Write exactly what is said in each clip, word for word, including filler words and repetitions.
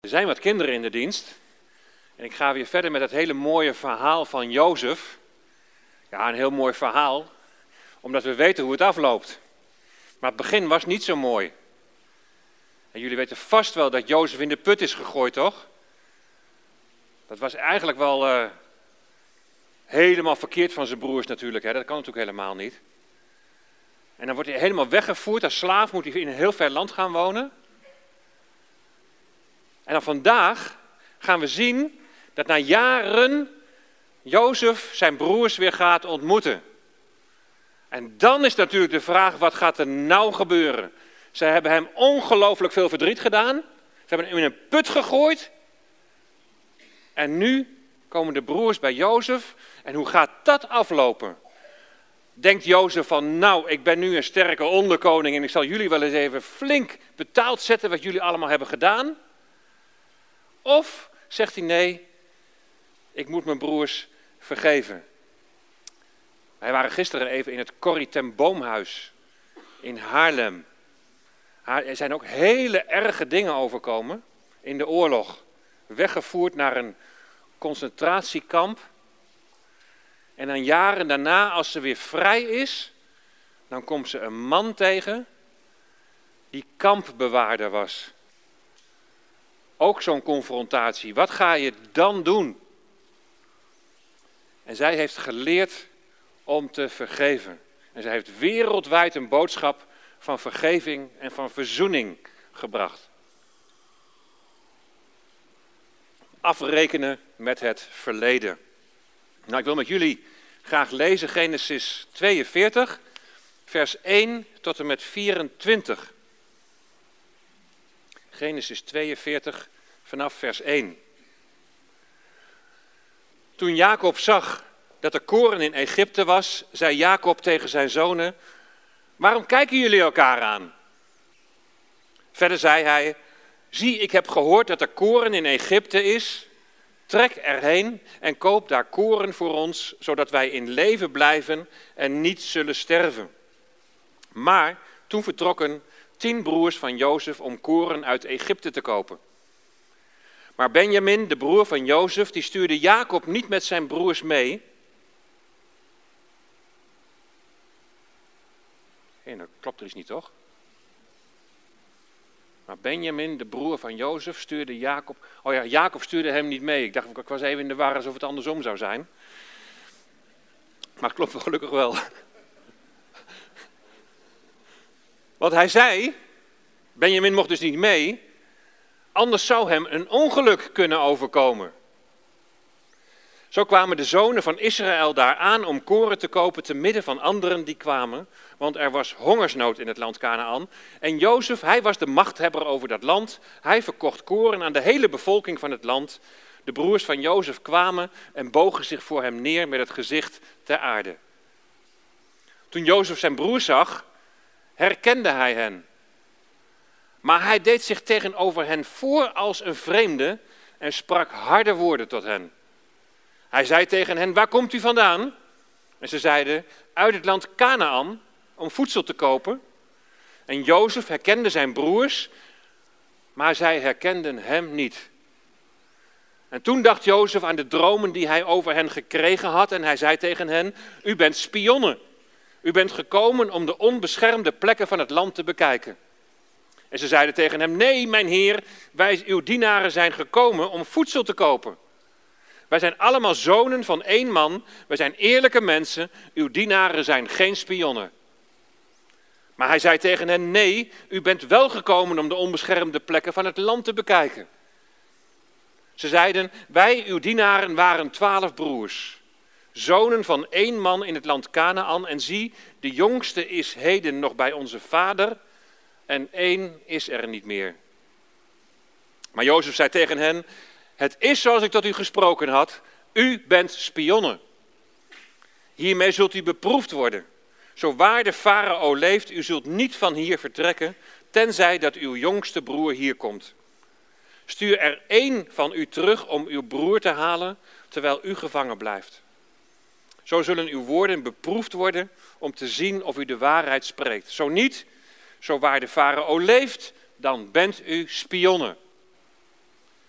Er zijn wat kinderen in de dienst en ik ga weer verder met het hele mooie verhaal van Jozef. Ja, een heel mooi verhaal, omdat we weten hoe het afloopt. Maar het begin was niet zo mooi. En jullie weten vast wel dat Jozef in de put is gegooid, toch? Dat was eigenlijk wel uh, helemaal verkeerd van zijn broers natuurlijk, hè? Dat kan natuurlijk helemaal niet. En dan wordt hij helemaal weggevoerd, als slaaf moet hij in een heel ver land gaan wonen. En dan vandaag gaan we zien dat na jaren Jozef zijn broers weer gaat ontmoeten. En dan is natuurlijk de vraag, wat gaat er nou gebeuren? Ze hebben hem ongelooflijk veel verdriet gedaan. Ze hebben hem in een put gegooid. En nu komen de broers bij Jozef. En hoe gaat dat aflopen? Denkt Jozef van, nou, ik ben nu een sterke onderkoning en ik zal jullie wel eens even flink betaald zetten wat jullie allemaal hebben gedaan? Of zegt hij, nee, ik moet mijn broers vergeven. Wij waren gisteren even in het Corrie ten Boomhuis in Haarlem. Er zijn ook hele erge dingen overkomen in de oorlog. Weggevoerd naar een concentratiekamp. En dan jaren daarna, als ze weer vrij is, dan komt ze een man tegen die kampbewaarder was. Ook zo'n confrontatie. Wat ga je dan doen? En zij heeft geleerd om te vergeven. En zij heeft wereldwijd een boodschap van vergeving en van verzoening gebracht. Afrekenen met het verleden. Nou, ik wil met jullie graag lezen Genesis tweeënveertig, vers één tot en met vierentwintig. Genesis tweeënveertig, vanaf vers één. Toen Jacob zag dat er koren in Egypte was, zei Jacob tegen zijn zonen, waarom kijken jullie elkaar aan? Verder zei hij, zie, ik heb gehoord dat er koren in Egypte is. Trek erheen en koop daar koren voor ons, zodat wij in leven blijven en niet zullen sterven. Maar toen vertrokken tien broers van Jozef om koren uit Egypte te kopen. Maar Benjamin, de broer van Jozef, die stuurde Jacob niet met zijn broers mee. Hé, dat klopt er iets niet, toch? Maar Benjamin, de broer van Jozef, stuurde Jacob... Oh ja, Jacob stuurde hem niet mee. Ik dacht, ik was even in de war alsof het andersom zou zijn. Maar het klopt wel gelukkig wel. Want hij zei, Benjamin mocht dus niet mee, anders zou hem een ongeluk kunnen overkomen. Zo kwamen de zonen van Israël daar aan om koren te kopen te midden van anderen die kwamen, want er was hongersnood in het land Kanaan. En Jozef, hij was de machthebber over dat land. Hij verkocht koren aan de hele bevolking van het land. De broers van Jozef kwamen en bogen zich voor hem neer met het gezicht ter aarde. Toen Jozef zijn broers zag, herkende hij hen. Maar hij deed zich tegenover hen voor als een vreemde en sprak harde woorden tot hen. Hij zei tegen hen, waar komt u vandaan? En ze zeiden, uit het land Kanaan, om voedsel te kopen. En Jozef herkende zijn broers, maar zij herkenden hem niet. En toen dacht Jozef aan de dromen die hij over hen gekregen had. En hij zei tegen hen, u bent spionnen. U bent gekomen om de onbeschermde plekken van het land te bekijken. En ze zeiden tegen hem, nee, mijn heer, wij uw dienaren zijn gekomen om voedsel te kopen. Wij zijn allemaal zonen van één man, wij zijn eerlijke mensen, uw dienaren zijn geen spionnen. Maar hij zei tegen hen, nee, u bent wel gekomen om de onbeschermde plekken van het land te bekijken. Ze zeiden, wij, uw dienaren, waren twaalf broers, zonen van één man in het land Kanaan. En zie, de jongste is heden nog bij onze vader en één is er niet meer. Maar Jozef zei tegen hen, het is zoals ik tot u gesproken had, u bent spionnen. Hiermee zult u beproefd worden. Zo waar de farao leeft, u zult niet van hier vertrekken, tenzij dat uw jongste broer hier komt. Stuur er één van u terug om uw broer te halen, terwijl u gevangen blijft. Zo zullen uw woorden beproefd worden om te zien of u de waarheid spreekt. Zo niet, zo waar de farao leeft, dan bent u spionnen.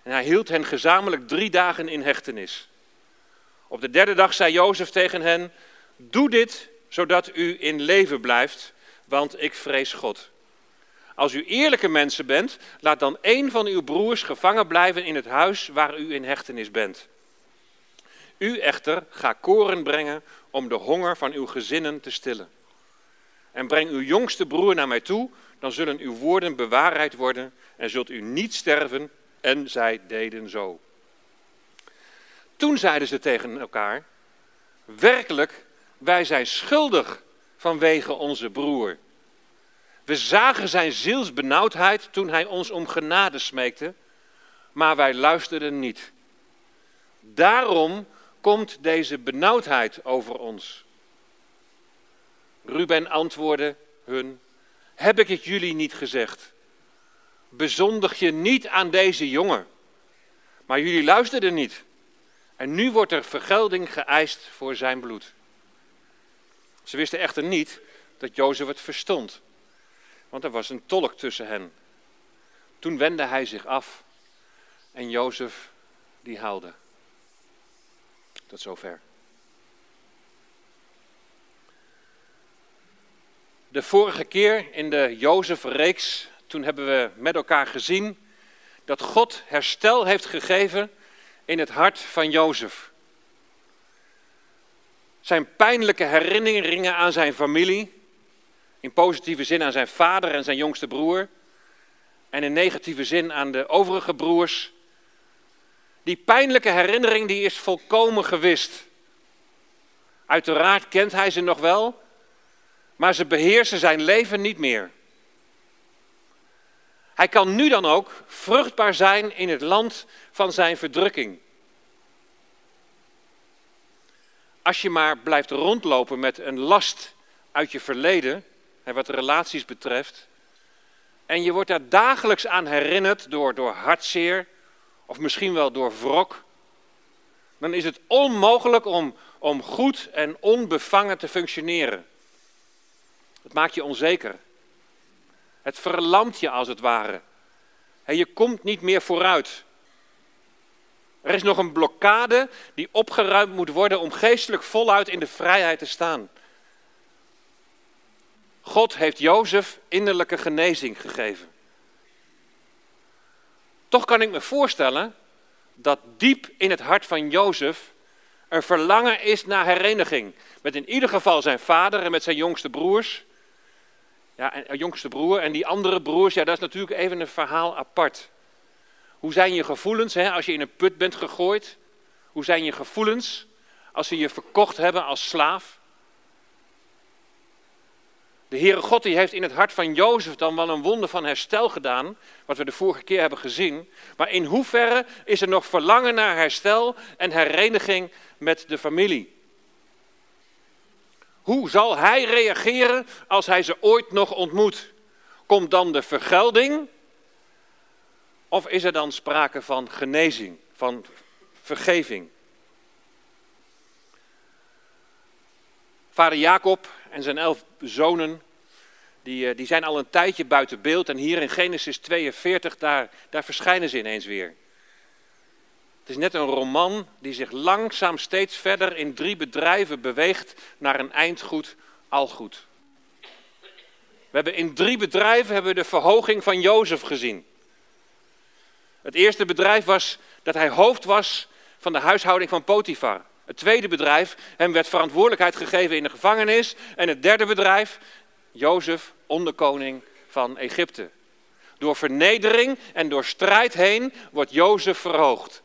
En hij hield hen gezamenlijk drie dagen in hechtenis. Op de derde dag zei Jozef tegen hen: doe dit, zodat u in leven blijft, want ik vrees God. Als u eerlijke mensen bent, laat dan één van uw broers gevangen blijven in het huis waar u in hechtenis bent. U echter ga koren brengen om de honger van uw gezinnen te stillen. En breng uw jongste broer naar mij toe, dan zullen uw woorden bewaarheid worden en zult u niet sterven. En zij deden zo. Toen zeiden ze tegen elkaar: werkelijk, wij zijn schuldig vanwege onze broer. We zagen zijn zielsbenauwdheid toen hij ons om genade smeekte, maar wij luisterden niet. Daarom komt deze benauwdheid over ons. Ruben antwoordde hun: heb ik het jullie niet gezegd? Bezondig je niet aan deze jongen. Maar jullie luisterden niet. En nu wordt er vergelding geëist voor zijn bloed. Ze wisten echter niet dat Jozef het verstond. Want er was een tolk tussen hen. Toen wendde hij zich af. En Jozef die huilde. Tot zover. De vorige keer in de Jozef-reeks, toen hebben we met elkaar gezien dat God herstel heeft gegeven in het hart van Jozef. Zijn pijnlijke herinneringen aan zijn familie, in positieve zin aan zijn vader en zijn jongste broer, en in negatieve zin aan de overige broers. Die pijnlijke herinnering die is volkomen gewist. Uiteraard kent hij ze nog wel, maar ze beheersen zijn leven niet meer. Hij kan nu dan ook vruchtbaar zijn in het land van zijn verdrukking. Als je maar blijft rondlopen met een last uit je verleden, wat de relaties betreft, en je wordt daar dagelijks aan herinnerd door, door hartzeer, of misschien wel door wrok, dan is het onmogelijk om, om goed en onbevangen te functioneren. Het maakt je onzeker. Het verlamt je als het ware. En je komt niet meer vooruit. Er is nog een blokkade die opgeruimd moet worden om geestelijk voluit in de vrijheid te staan. God heeft Jozef innerlijke genezing gegeven. Toch kan ik me voorstellen dat diep in het hart van Jozef een verlangen is naar hereniging. Met in ieder geval zijn vader en met zijn jongste broers. Ja, en, jongste broer en die andere broers, ja, dat is natuurlijk even een verhaal apart. Hoe zijn je gevoelens hè, als je in een put bent gegooid? Hoe zijn je gevoelens als ze je verkocht hebben als slaaf? De Heere God die heeft in het hart van Jozef dan wel een wonder van herstel gedaan, wat we de vorige keer hebben gezien. Maar in hoeverre is er nog verlangen naar herstel en hereniging met de familie? Hoe zal hij reageren als hij ze ooit nog ontmoet? Komt dan de vergelding? Of is er dan sprake van genezing, van vergeving? Vader Jacob en zijn elf zonen, die, die zijn al een tijdje buiten beeld. En hier in Genesis tweeënveertig, daar, daar verschijnen ze ineens weer. Het is net een roman die zich langzaam steeds verder in drie bedrijven beweegt naar een eindgoed, algoed. We hebben in drie bedrijven hebben we de verhoging van Jozef gezien. Het eerste bedrijf was dat hij hoofd was van de huishouding van Potifar. Het tweede bedrijf, hem werd verantwoordelijkheid gegeven in de gevangenis. En het derde bedrijf, Jozef, onderkoning van Egypte. Door vernedering en door strijd heen wordt Jozef verhoogd.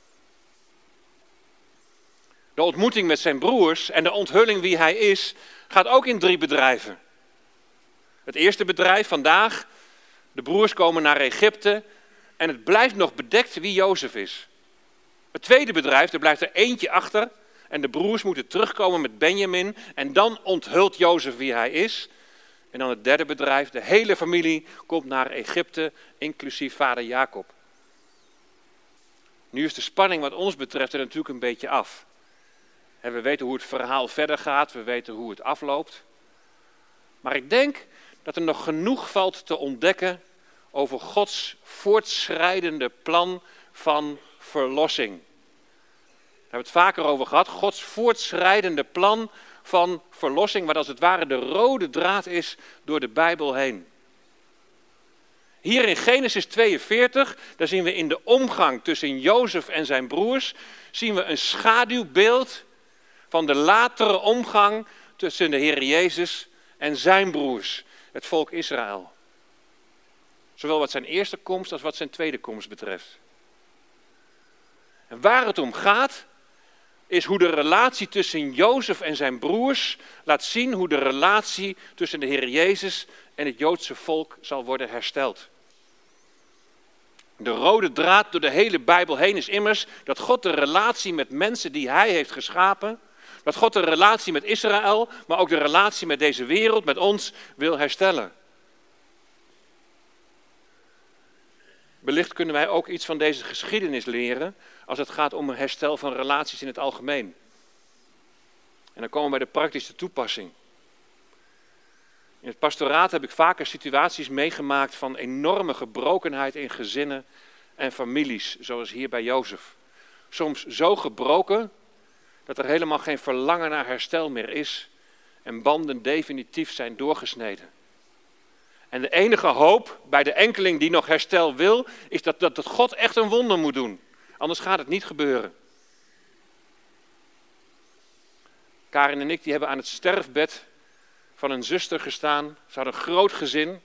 De ontmoeting met zijn broers en de onthulling wie hij is, gaat ook in drie bedrijven. Het eerste bedrijf vandaag, de broers komen naar Egypte en het blijft nog bedekt wie Jozef is. Het tweede bedrijf, er blijft er eentje achter en de broers moeten terugkomen met Benjamin en dan onthult Jozef wie hij is. En dan het derde bedrijf, de hele familie komt naar Egypte, inclusief vader Jacob. Nu is de spanning wat ons betreft er natuurlijk een beetje af. En we weten hoe het verhaal verder gaat, we weten hoe het afloopt. Maar ik denk dat er nog genoeg valt te ontdekken over Gods voortschrijdende plan van verlossing. Daar hebben we het vaker over gehad. Gods voortschrijdende plan van verlossing, wat als het ware de rode draad is door de Bijbel heen. Hier in Genesis tweeënveertig, daar zien we in de omgang tussen Jozef en zijn broers, zien we een schaduwbeeld van de latere omgang tussen de Heer Jezus en zijn broers, het volk Israël. Zowel wat zijn eerste komst als wat zijn tweede komst betreft. En waar het om gaat, is hoe de relatie tussen Jozef en zijn broers laat zien hoe de relatie tussen de Heer Jezus en het Joodse volk zal worden hersteld. De rode draad door de hele Bijbel heen is immers dat God de relatie met mensen die hij heeft geschapen, dat God de relatie met Israël, maar ook de relatie met deze wereld, met ons, wil herstellen. Wellicht kunnen wij ook iets van deze geschiedenis leren als het gaat om een herstel van relaties in het algemeen. En dan komen we bij de praktische toepassing. In het pastoraat heb ik vaker situaties meegemaakt van enorme gebrokenheid in gezinnen en families, zoals hier bij Jozef. Soms zo gebroken dat er helemaal geen verlangen naar herstel meer is en banden definitief zijn doorgesneden. En de enige hoop bij de enkeling die nog herstel wil, is dat, dat, dat God echt een wonder moet doen. Anders gaat het niet gebeuren. Karin en ik die hebben aan het sterfbed van een zuster gestaan. Ze hadden een groot gezin,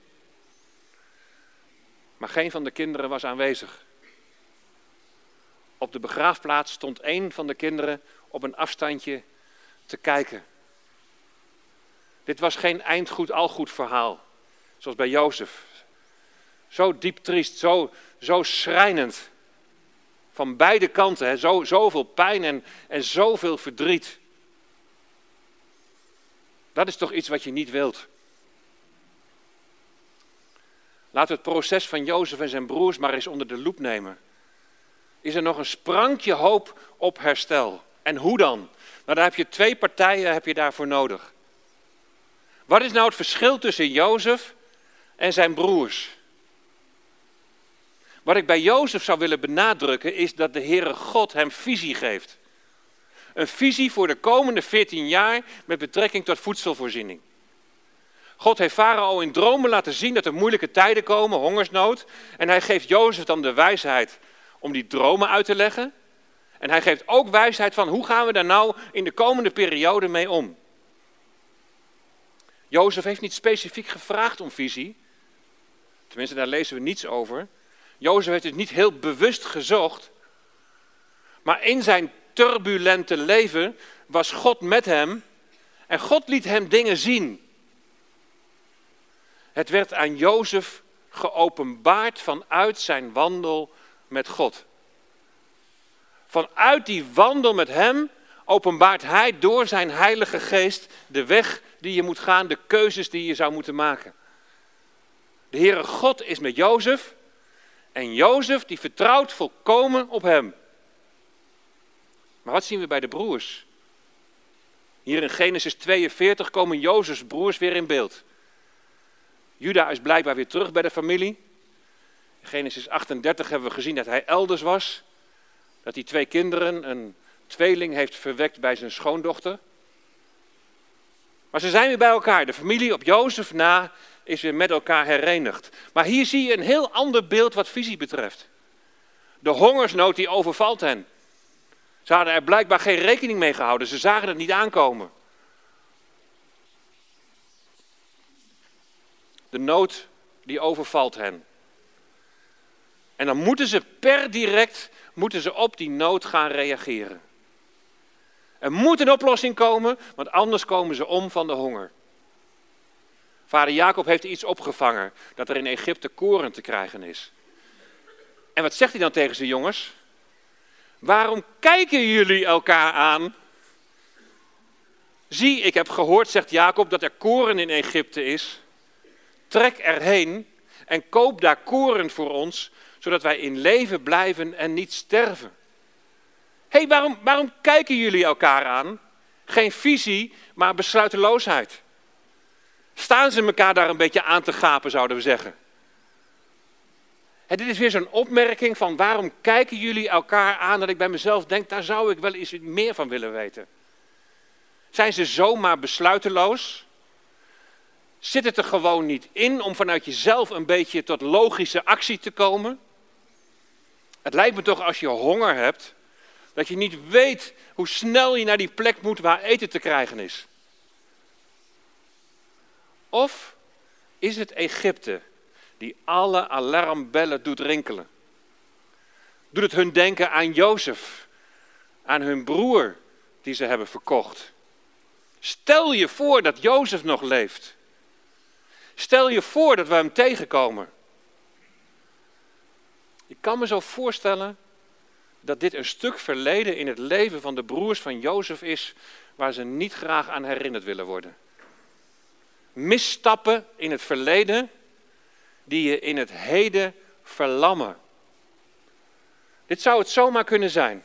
maar geen van de kinderen was aanwezig. Op de begraafplaats stond één van de kinderen op een afstandje te kijken. Dit was geen eindgoed al goed verhaal, zoals bij Jozef. Zo diep triest, zo, zo schrijnend. Van beide kanten, hè. Zo, zoveel pijn en, en zoveel verdriet. Dat is toch iets wat je niet wilt. Laten we het proces van Jozef en zijn broers maar eens onder de loep nemen. Is er nog een sprankje hoop op herstel? En hoe dan? Nou, daar heb je twee partijen heb je daarvoor nodig. Wat is nou het verschil tussen Jozef en zijn broers? Wat ik bij Jozef zou willen benadrukken is dat de Heere God hem visie geeft. Een visie voor de komende veertien jaar met betrekking tot voedselvoorziening. God heeft Farao in dromen laten zien dat er moeilijke tijden komen, hongersnood. En hij geeft Jozef dan de wijsheid om die dromen uit te leggen. En hij geeft ook wijsheid van hoe gaan we daar nou in de komende periode mee om. Jozef heeft niet specifiek gevraagd om visie. Tenminste, daar lezen we niets over. Jozef heeft het niet heel bewust gezocht. Maar in zijn turbulente leven was God met hem. En God liet hem dingen zien. Het werd aan Jozef geopenbaard vanuit zijn wandel met God. Vanuit die wandel met hem openbaart hij door zijn Heilige Geest de weg die je moet gaan, de keuzes die je zou moeten maken. De Heere God is met Jozef en Jozef die vertrouwt volkomen op hem. Maar wat zien we bij de broers? Hier in Genesis tweeënveertig komen Jozefs broers weer in beeld. Juda is blijkbaar weer terug bij de familie. In Genesis achtendertig hebben we gezien dat hij elders was. Dat hij twee kinderen, een tweeling heeft verwekt bij zijn schoondochter. Maar ze zijn weer bij elkaar. De familie op Jozef na is weer met elkaar herenigd. Maar hier zie je een heel ander beeld wat visie betreft. De hongersnood die overvalt hen. Ze hadden er blijkbaar geen rekening mee gehouden. Ze zagen het niet aankomen. De nood die overvalt hen. En dan moeten ze per direct moeten ze op die nood gaan reageren. Er moet een oplossing komen, want anders komen ze om van de honger. Vader Jacob heeft iets opgevangen, dat er in Egypte koren te krijgen is. En wat zegt hij dan tegen zijn jongens? Waarom kijken jullie elkaar aan? Zie, ik heb gehoord, zegt Jacob, dat er koren in Egypte is. Trek erheen en koop daar koren voor ons, zodat wij in leven blijven en niet sterven. Hé, hey, waarom, waarom kijken jullie elkaar aan? Geen visie, maar besluiteloosheid. Staan ze elkaar daar een beetje aan te gapen, zouden we zeggen. En dit is weer zo'n opmerking van waarom kijken jullie elkaar aan, dat ik bij mezelf denk, daar zou ik wel eens meer van willen weten. Zijn ze zomaar besluiteloos? Zit het er gewoon niet in om vanuit jezelf een beetje tot logische actie te komen? Het lijkt me toch als je honger hebt, dat je niet weet hoe snel je naar die plek moet waar eten te krijgen is. Of is het Egypte die alle alarmbellen doet rinkelen? Doet het hun denken aan Jozef, aan hun broer die ze hebben verkocht? Stel je voor dat Jozef nog leeft. Stel je voor dat we hem tegenkomen. Ik kan me zo voorstellen dat dit een stuk verleden in het leven van de broers van Jozef is, waar ze niet graag aan herinnerd willen worden. Misstappen in het verleden die je in het heden verlammen. Dit zou het zomaar kunnen zijn.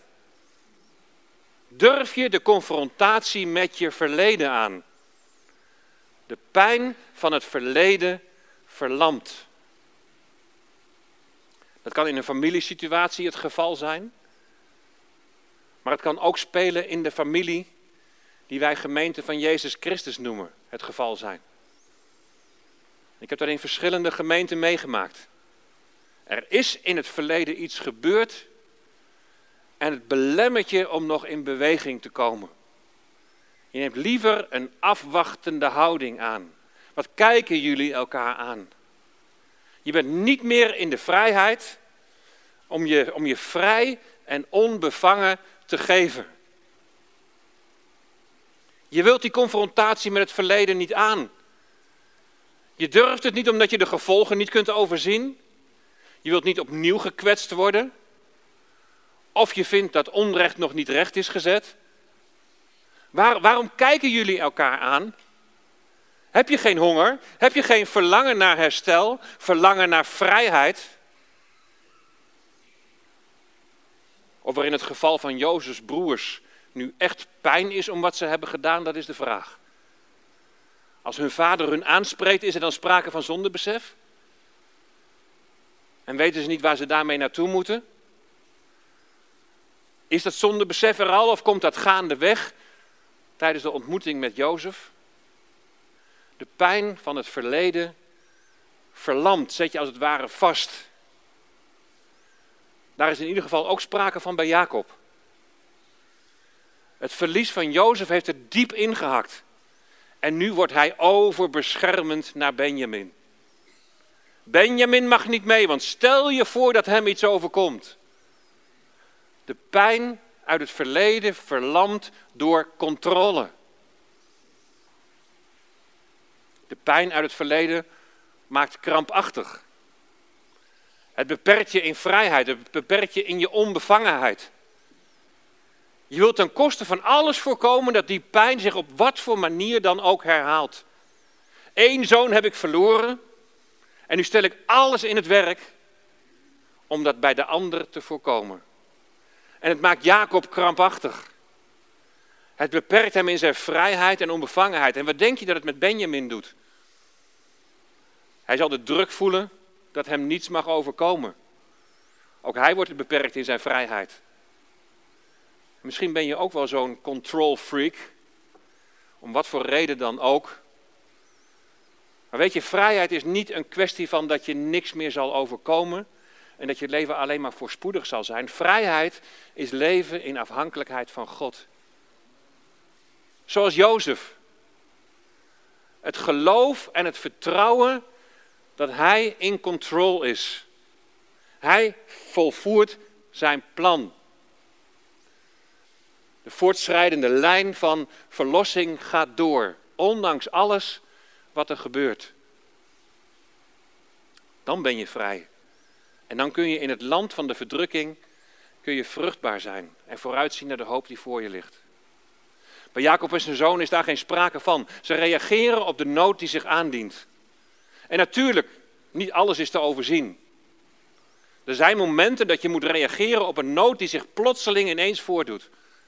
Durf je de confrontatie met je verleden aan? De pijn van het verleden verlamt. Dat kan in een familiesituatie het geval zijn. Maar het kan ook spelen in de familie die wij gemeente van Jezus Christus noemen, het geval zijn. Ik heb dat in verschillende gemeenten meegemaakt. Er is in het verleden iets gebeurd en het belemmert je om nog in beweging te komen. Je neemt liever een afwachtende houding aan. Wat kijken jullie elkaar aan? Je bent niet meer in de vrijheid om je, om je vrij en onbevangen te geven. Je wilt die confrontatie met het verleden niet aan. Je durft het niet omdat je de gevolgen niet kunt overzien. Je wilt niet opnieuw gekwetst worden. Of je vindt dat onrecht nog niet recht is gezet. Waar, waarom kijken jullie elkaar aan? Heb je geen honger? Heb je geen verlangen naar herstel? Verlangen naar vrijheid? Of er in het geval van Jozefs broers nu echt pijn is om wat ze hebben gedaan, dat is de vraag. Als hun vader hun aanspreekt, is er dan sprake van zondebesef? En weten ze niet waar ze daarmee naartoe moeten? Is dat zondebesef er al of komt dat gaandeweg tijdens de ontmoeting met Jozef? De pijn van het verleden verlamt, zet je als het ware vast. Daar is in ieder geval ook sprake van bij Jacob. Het verlies van Jozef heeft er diep ingehakt. En nu wordt hij overbeschermend naar Benjamin. Benjamin mag niet mee, want stel je voor dat hem iets overkomt. De pijn uit het verleden verlamt door controle. De pijn uit het verleden maakt krampachtig. Het beperkt je in vrijheid, het beperkt je in je onbevangenheid. Je wilt ten koste van alles voorkomen dat die pijn zich op wat voor manier dan ook herhaalt. Eén zoon heb ik verloren en nu stel ik alles in het werk om dat bij de ander te voorkomen. En het maakt Jacob krampachtig. Het beperkt hem in zijn vrijheid en onbevangenheid. En wat denk je dat het met Benjamin doet? Hij zal de druk voelen dat hem niets mag overkomen. Ook hij wordt beperkt in zijn vrijheid. Misschien ben je ook wel zo'n control freak, om wat voor reden dan ook. Maar weet je, vrijheid is niet een kwestie van dat je niks meer zal overkomen en dat je leven alleen maar voorspoedig zal zijn. Vrijheid is leven in afhankelijkheid van God. Zoals Jozef. Het geloof en het vertrouwen dat hij in control is. Hij volvoert zijn plan. De voortschrijdende lijn van verlossing gaat door, ondanks alles wat er gebeurt. Dan ben je vrij. En dan kun je in het land van de verdrukking kun je vruchtbaar zijn en vooruitzien naar de hoop die voor je ligt. Bij Jacob en zijn zoon is daar geen sprake van. Ze reageren op de nood die zich aandient. En natuurlijk, niet alles is te overzien. Er zijn momenten dat je moet reageren op een nood die zich plotseling ineens voordoet.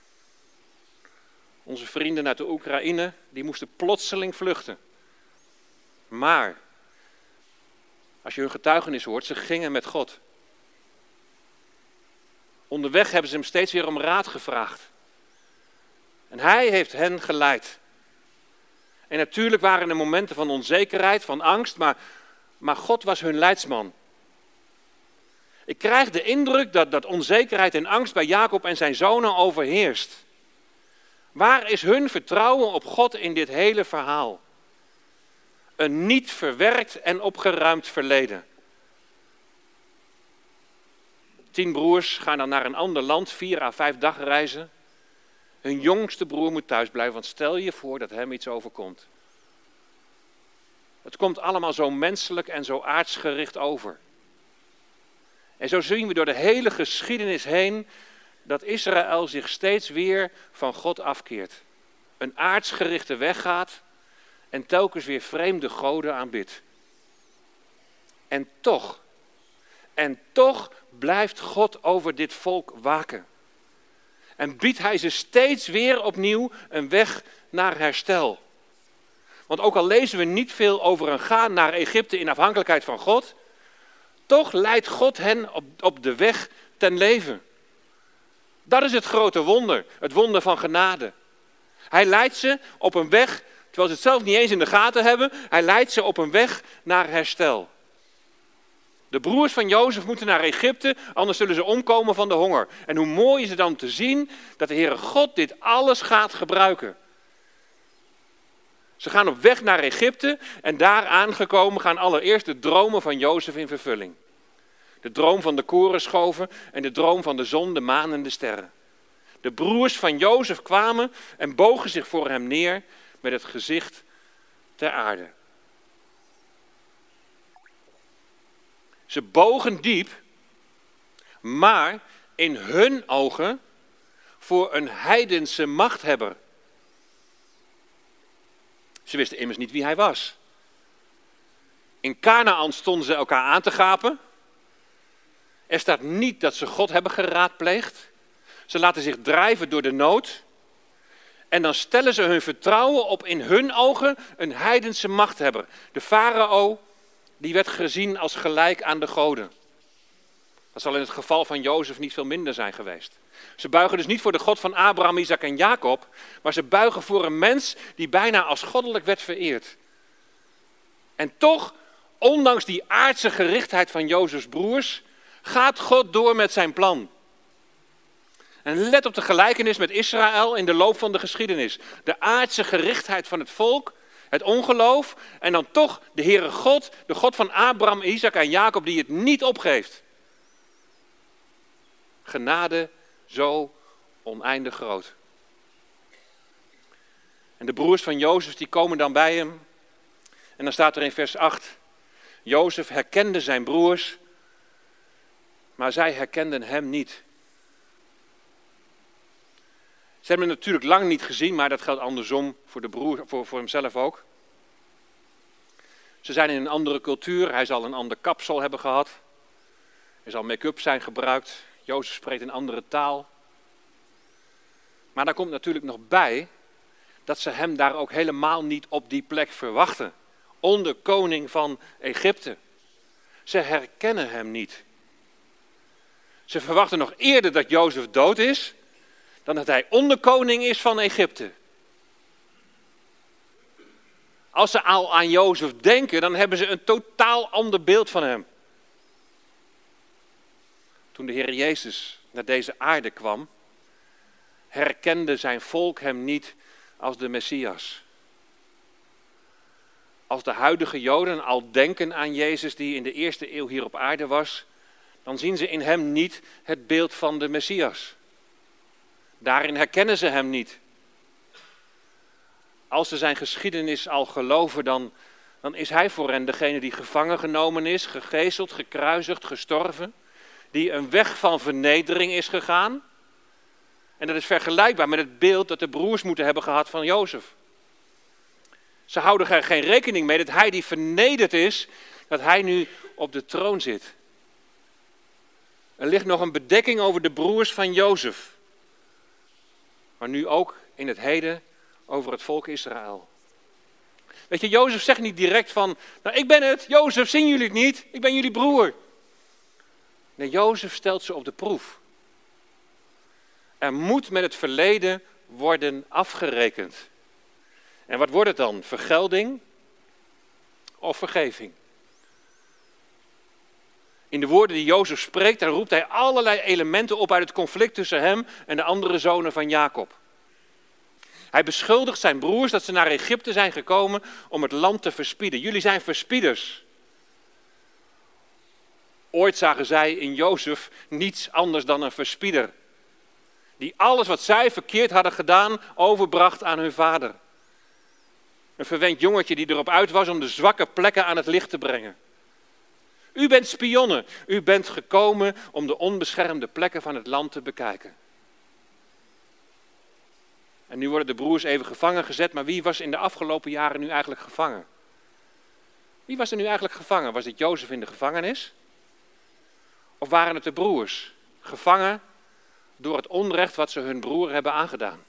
Onze vrienden uit de Oekraïne, die moesten plotseling vluchten. Maar Als je hun getuigenis hoort, ze gingen met God. Onderweg hebben ze hem steeds weer om raad gevraagd. En hij heeft hen geleid. En natuurlijk waren er momenten van onzekerheid, van angst, maar, maar God was hun leidsman. Ik krijg de indruk dat, dat onzekerheid en angst bij Jacob en zijn zonen overheerst. Waar is hun vertrouwen op God in dit hele verhaal? Een niet verwerkt en opgeruimd verleden. Tien broers gaan dan naar een ander land, vier à vijf dagreizen. Hun jongste broer moet thuis blijven, want stel je voor dat hem iets overkomt. Het komt allemaal zo menselijk en zo aardsgericht over. En zo zien we door de hele geschiedenis heen dat Israël zich steeds weer van God afkeert. Een aardsgerichte weg gaat en telkens weer vreemde goden aanbidt. En toch, en toch blijft God over dit volk waken. En biedt hij ze steeds weer opnieuw een weg naar herstel. Want ook al lezen we niet veel over een gaan naar Egypte in afhankelijkheid van God, toch leidt God hen op, op de weg ten leven. Dat is het grote wonder, het wonder van genade. Hij leidt ze op een weg, terwijl ze het zelf niet eens in de gaten hebben, hij leidt ze op een weg naar herstel. De broers van Jozef moeten naar Egypte, anders zullen ze omkomen van de honger. En hoe mooi is het dan te zien dat de Heere God dit alles gaat gebruiken. Ze gaan op weg naar Egypte en daar aangekomen gaan allereerst de dromen van Jozef in vervulling. De droom van de korenschoven en de droom van de zon, de maan en de sterren. De broers van Jozef kwamen en bogen zich voor hem neer met het gezicht ter aarde. Ze bogen diep, maar in hun ogen voor een heidense machthebber. Ze wisten immers niet wie hij was. In Kanaan stonden ze elkaar aan te gapen. Er staat niet dat ze God hebben geraadpleegd. Ze laten zich drijven door de nood. En dan stellen ze hun vertrouwen op in hun ogen een heidense machthebber. De farao, die werd gezien als gelijk aan de goden. Dat zal in het geval van Jozef niet veel minder zijn geweest. Ze buigen dus niet voor de God van Abraham, Isaac en Jacob, maar ze buigen voor een mens die bijna als goddelijk werd vereerd. En toch, ondanks die aardse gerichtheid van Jozefs broers, gaat God door met zijn plan. En let op de gelijkenis met Israël in de loop van de geschiedenis. De aardse gerichtheid van het volk, het ongeloof en dan toch de Heere God, de God van Abraham, Isaac en Jacob, die het niet opgeeft. Genade zo oneindig groot. En de broers van Jozef die komen dan bij hem. En dan staat er in vers acht. Jozef herkende zijn broers, maar zij herkenden hem niet. Ze hebben hem natuurlijk lang niet gezien, maar dat geldt andersom voor, de broer, voor, voor hemzelf ook. Ze zijn in een andere cultuur, hij zal een ander kapsel hebben gehad. Er zal make-up zijn gebruikt. Jozef spreekt een andere taal. Maar daar komt natuurlijk nog bij dat ze hem daar ook helemaal niet op die plek verwachten. Onder koning van Egypte. Ze herkennen hem niet. Ze verwachten nog eerder dat Jozef dood is, dan dat hij onderkoning is van Egypte. Als ze al aan Jozef denken, dan hebben ze een totaal ander beeld van hem. Toen de Heer Jezus naar deze aarde kwam, herkende zijn volk hem niet als de Messias. Als de huidige Joden al denken aan Jezus die in de eerste eeuw hier op aarde was, dan zien ze in hem niet het beeld van de Messias. Daarin herkennen ze hem niet. Als ze zijn geschiedenis al geloven, dan, dan is hij voor hen degene die gevangen genomen is, gegezeld, gekruisigd, gestorven. Die een weg van vernedering is gegaan. En dat is vergelijkbaar met het beeld dat de broers moeten hebben gehad van Jozef. Ze houden er geen rekening mee dat hij die vernederd is, dat hij nu op de troon zit. Er ligt nog een bedekking over de broers van Jozef. Maar nu ook in het heden over het volk Israël. Weet je, Jozef zegt niet direct van, nou ik ben het, Jozef, zien jullie het niet? Ik ben jullie broer. Nee, Jozef stelt ze op de proef. Er moet met het verleden worden afgerekend. En wat wordt het dan? Vergelding of vergeving? In de woorden die Jozef spreekt, daar roept hij allerlei elementen op uit het conflict tussen hem en de andere zonen van Jacob. Hij beschuldigt zijn broers dat ze naar Egypte zijn gekomen om het land te verspieden. Jullie zijn verspieders. Ooit zagen zij in Jozef niets anders dan een verspieder. Die alles wat zij verkeerd hadden gedaan overbracht aan hun vader. Een verwend jongetje die erop uit was om de zwakke plekken aan het licht te brengen. U bent spionnen. U bent gekomen om de onbeschermde plekken van het land te bekijken. En nu worden de broers even gevangen gezet, maar wie was in de afgelopen jaren nu eigenlijk gevangen? Wie was er nu eigenlijk gevangen? Was het Jozef in de gevangenis? Of waren het de broers? Gevangen door het onrecht wat ze hun broer hebben aangedaan.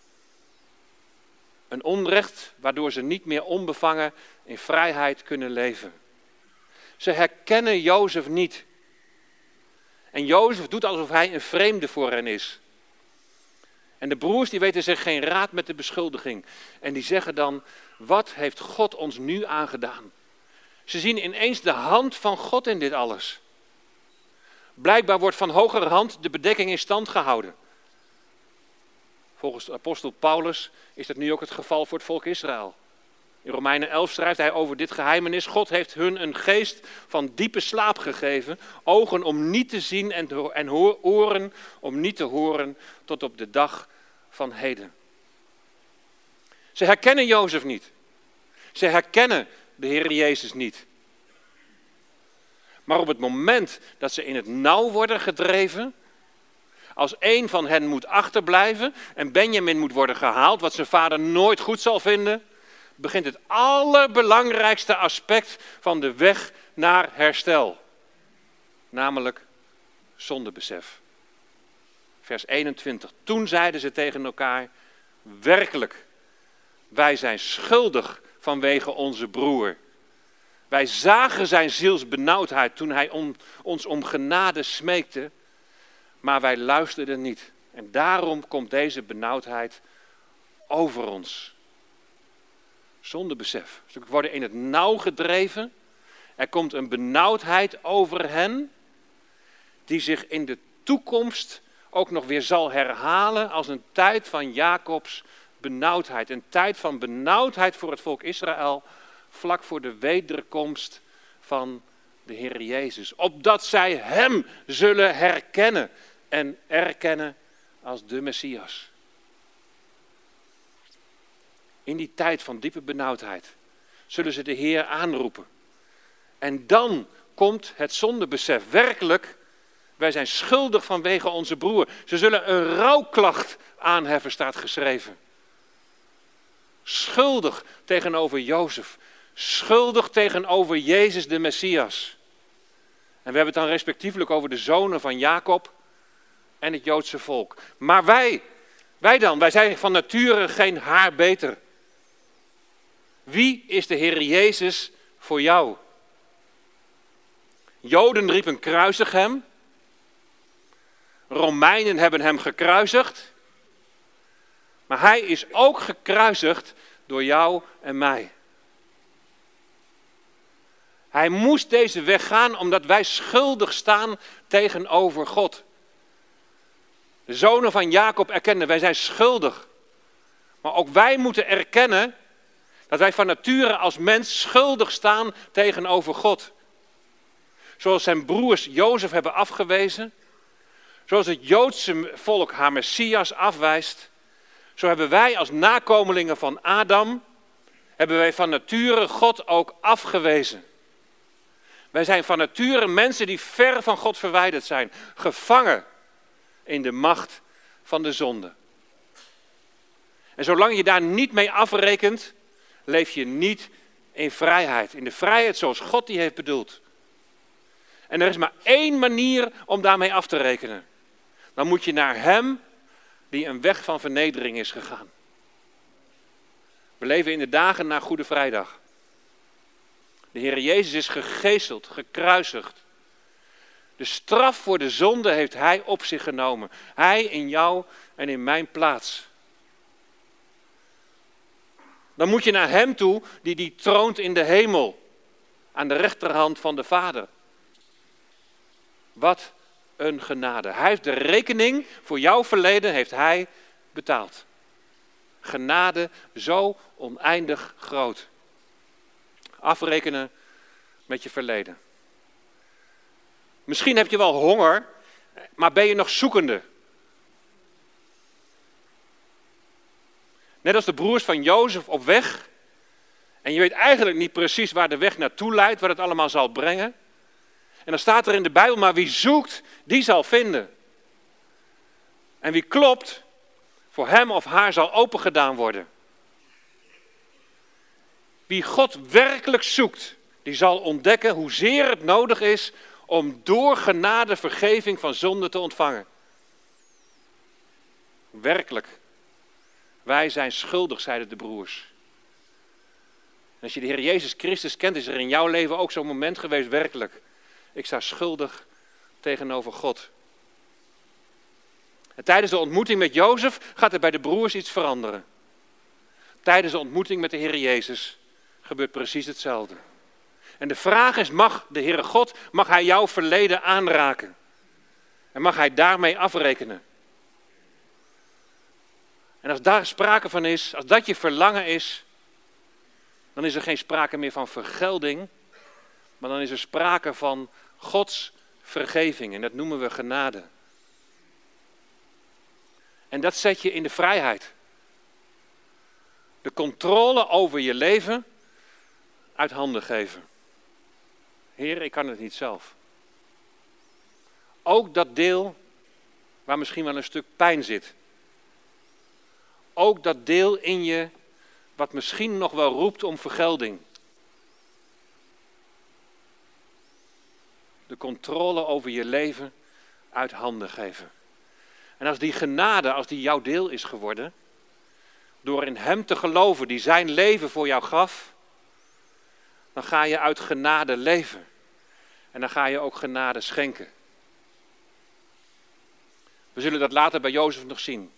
Een onrecht waardoor ze niet meer onbevangen in vrijheid kunnen leven. Ze herkennen Jozef niet. En Jozef doet alsof hij een vreemde voor hen is. En de broers die weten zich geen raad met de beschuldiging. En die zeggen dan, wat heeft God ons nu aangedaan? Ze zien ineens de hand van God in dit alles. Blijkbaar wordt van hogerhand de bedekking in stand gehouden. Volgens de apostel Paulus is dat nu ook het geval voor het volk Israël. In Romeinen elf schrijft hij over dit geheimenis. God heeft hun een geest van diepe slaap gegeven. Ogen om niet te zien en, te, en oren om niet te horen tot op de dag van heden. Ze herkennen Jozef niet. Ze herkennen de Heer Jezus niet. Maar op het moment dat ze in het nauw worden gedreven, als een van hen moet achterblijven en Benjamin moet worden gehaald, wat zijn vader nooit goed zal vinden, begint het allerbelangrijkste aspect van de weg naar herstel. Namelijk zondebesef. Vers eenentwintig. Toen zeiden ze tegen elkaar, werkelijk, wij zijn schuldig vanwege onze broer. Wij zagen zijn zielsbenauwdheid toen hij om, ons om genade smeekte, maar wij luisterden niet. En daarom komt deze benauwdheid over ons. Zonder besef. Ze worden in het nauw gedreven. Er komt een benauwdheid over hen, die zich in de toekomst ook nog weer zal herhalen als een tijd van Jacobs benauwdheid. Een tijd van benauwdheid voor het volk Israël, vlak voor de wederkomst van de Heer Jezus. Opdat zij hem zullen herkennen en erkennen als de Messias. In die tijd van diepe benauwdheid zullen ze de Heer aanroepen. En dan komt het zondebesef. Werkelijk, wij zijn schuldig vanwege onze broer. Ze zullen een rouwklacht aanheffen, staat geschreven. Schuldig tegenover Jozef. Schuldig tegenover Jezus de Messias. En we hebben het dan respectievelijk over de zonen van Jacob en het Joodse volk. Maar wij, wij dan, wij zijn van nature geen haar beter. Wie is de Heer Jezus voor jou? Joden riepen kruisig hem. Romeinen hebben hem gekruisigd. Maar hij is ook gekruisigd door jou en mij. Hij moest deze weg gaan omdat wij schuldig staan tegenover God. De zonen van Jacob erkennen, wij zijn schuldig. Maar ook wij moeten erkennen dat wij van nature als mens schuldig staan tegenover God. Zoals zijn broers Jozef hebben afgewezen. Zoals het Joodse volk haar Messias afwijst. Zo hebben wij als nakomelingen van Adam, hebben wij van nature God ook afgewezen. Wij zijn van nature mensen die ver van God verwijderd zijn. Gevangen in de macht van de zonde. En zolang je daar niet mee afrekent, leef je niet in vrijheid. In de vrijheid zoals God die heeft bedoeld. En er is maar één manier om daarmee af te rekenen. Dan moet je naar hem die een weg van vernedering is gegaan. We leven in de dagen na Goede Vrijdag. De Heer Jezus is gegezeld, gekruisigd. De straf voor de zonde heeft Hij op zich genomen. Hij in jou en in mijn plaats. Dan moet je naar Hem toe die, die troont in de hemel. Aan de rechterhand van de Vader. Wat een genade. Hij heeft de rekening voor jouw verleden heeft Hij betaald. Genade zo oneindig groot. Afrekenen met je verleden. Misschien heb je wel honger, maar ben je nog zoekende. Net als de broers van Jozef op weg. En je weet eigenlijk niet precies waar de weg naartoe leidt, wat het allemaal zal brengen. En dan staat er in de Bijbel, maar wie zoekt, die zal vinden. En wie klopt, voor hem of haar zal opengedaan worden. Wie God werkelijk zoekt, die zal ontdekken hoezeer het nodig is om door genade vergeving van zonde te ontvangen. Werkelijk. Wij zijn schuldig, zeiden de broers. En als je de Heer Jezus Christus kent, is er in jouw leven ook zo'n moment geweest, werkelijk. Ik sta schuldig tegenover God. En tijdens de ontmoeting met Jozef gaat er bij de broers iets veranderen. Tijdens de ontmoeting met de Heer Jezus gebeurt precies hetzelfde. En de vraag is, mag de Heere God, mag Hij jouw verleden aanraken? En mag Hij daarmee afrekenen? En als daar sprake van is, als dat je verlangen is, dan is er geen sprake meer van vergelding, maar dan is er sprake van Gods vergeving. En dat noemen we genade. En dat zet je in de vrijheid. De controle over je leven uit handen geven. Heer, ik kan het niet zelf. Ook dat deel waar misschien wel een stuk pijn zit. Ook dat deel in je wat misschien nog wel roept om vergelding. De controle over je leven uit handen geven. En als die genade, als die jouw deel is geworden, door in Hem te geloven die zijn leven voor jou gaf, dan ga je uit genade leven. En dan ga je ook genade schenken. We zullen dat later bij Jozef nog zien.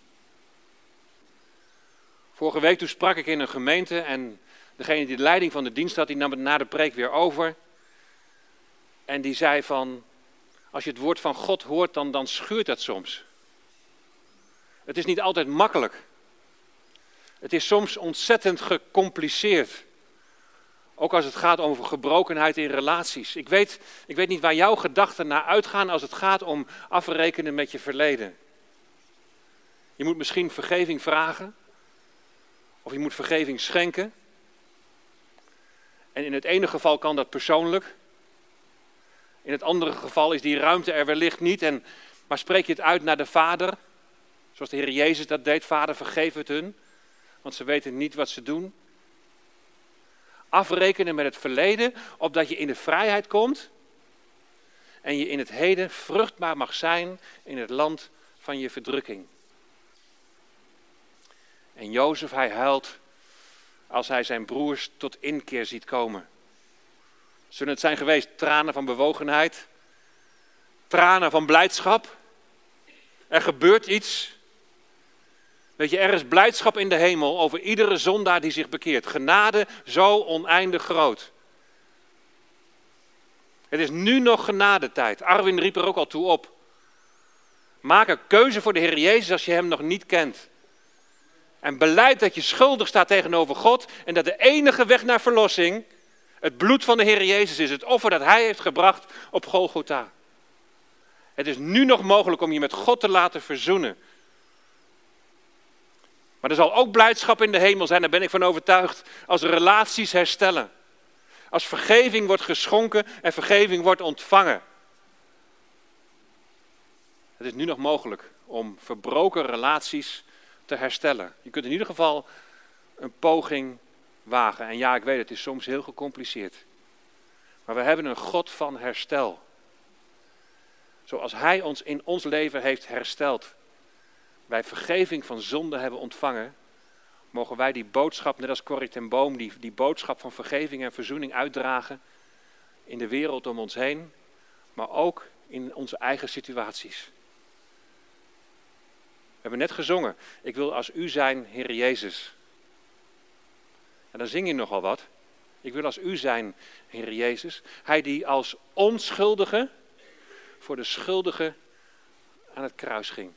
Vorige week toen sprak ik in een gemeente en degene die de leiding van de dienst had, die nam het na de preek weer over. En die zei van, als je het woord van God hoort, dan, dan schuurt dat soms. Het is niet altijd makkelijk. Het is soms ontzettend gecompliceerd. Ook als het gaat over gebrokenheid in relaties. Ik weet, ik weet niet waar jouw gedachten naar uitgaan als het gaat om afrekenen met je verleden. Je moet misschien vergeving vragen. Of je moet vergeving schenken. En in het ene geval kan dat persoonlijk. In het andere geval is die ruimte er wellicht niet. En, maar spreek je het uit naar de Vader. Zoals de Heer Jezus dat deed. Vader, vergeef het hun. Want ze weten niet wat ze doen. Afrekenen met het verleden. Opdat je in de vrijheid komt. En je in het heden vruchtbaar mag zijn in het land van je verdrukking. En Jozef, hij huilt als hij zijn broers tot inkeer ziet komen. Zullen het zijn geweest tranen van bewogenheid? Tranen van blijdschap? Er gebeurt iets. Weet je, er is blijdschap in de hemel over iedere zondaar die zich bekeert. Genade zo oneindig groot. Het is nu nog genadetijd. Arwin riep er ook al toe op. Maak een keuze voor de Heer Jezus als je Hem nog niet kent. En beleid dat je schuldig staat tegenover God en dat de enige weg naar verlossing het bloed van de Heer Jezus is. Het offer dat Hij heeft gebracht op Golgotha. Het is nu nog mogelijk om je met God te laten verzoenen. Maar er zal ook blijdschap in de hemel zijn, daar ben ik van overtuigd, als relaties herstellen. Als vergeving wordt geschonken en vergeving wordt ontvangen. Het is nu nog mogelijk om verbroken relaties te herstellen. Je kunt in ieder geval een poging wagen. En ja, ik weet, het is soms heel gecompliceerd. Maar we hebben een God van herstel. Zoals Hij ons in ons leven heeft hersteld. Wij vergeving van zonde hebben ontvangen. Mogen wij die boodschap, net als Corrie ten Boom, die, die boodschap van vergeving en verzoening uitdragen in de wereld om ons heen, maar ook in onze eigen situaties. We hebben net gezongen, ik wil als u zijn, Heer Jezus. En dan zing je nogal wat. Ik wil als u zijn, Heer Jezus. Hij die als onschuldige voor de schuldige aan het kruis ging.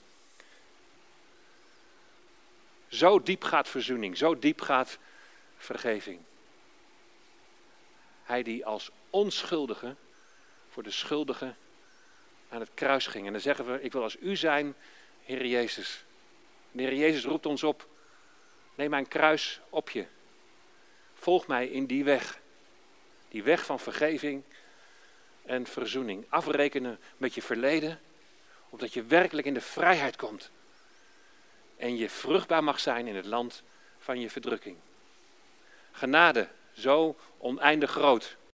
Zo diep gaat verzoening, zo diep gaat vergeving. Hij die als onschuldige voor de schuldige aan het kruis ging. En dan zeggen we, ik wil als u zijn, Heer Jezus. De Heer Jezus roept ons op, neem mijn kruis op je. Volg mij in die weg. Die weg van vergeving en verzoening. Afrekenen met je verleden, opdat je werkelijk in de vrijheid komt. En je vruchtbaar mag zijn in het land van je verdrukking. Genade, zo oneindig groot.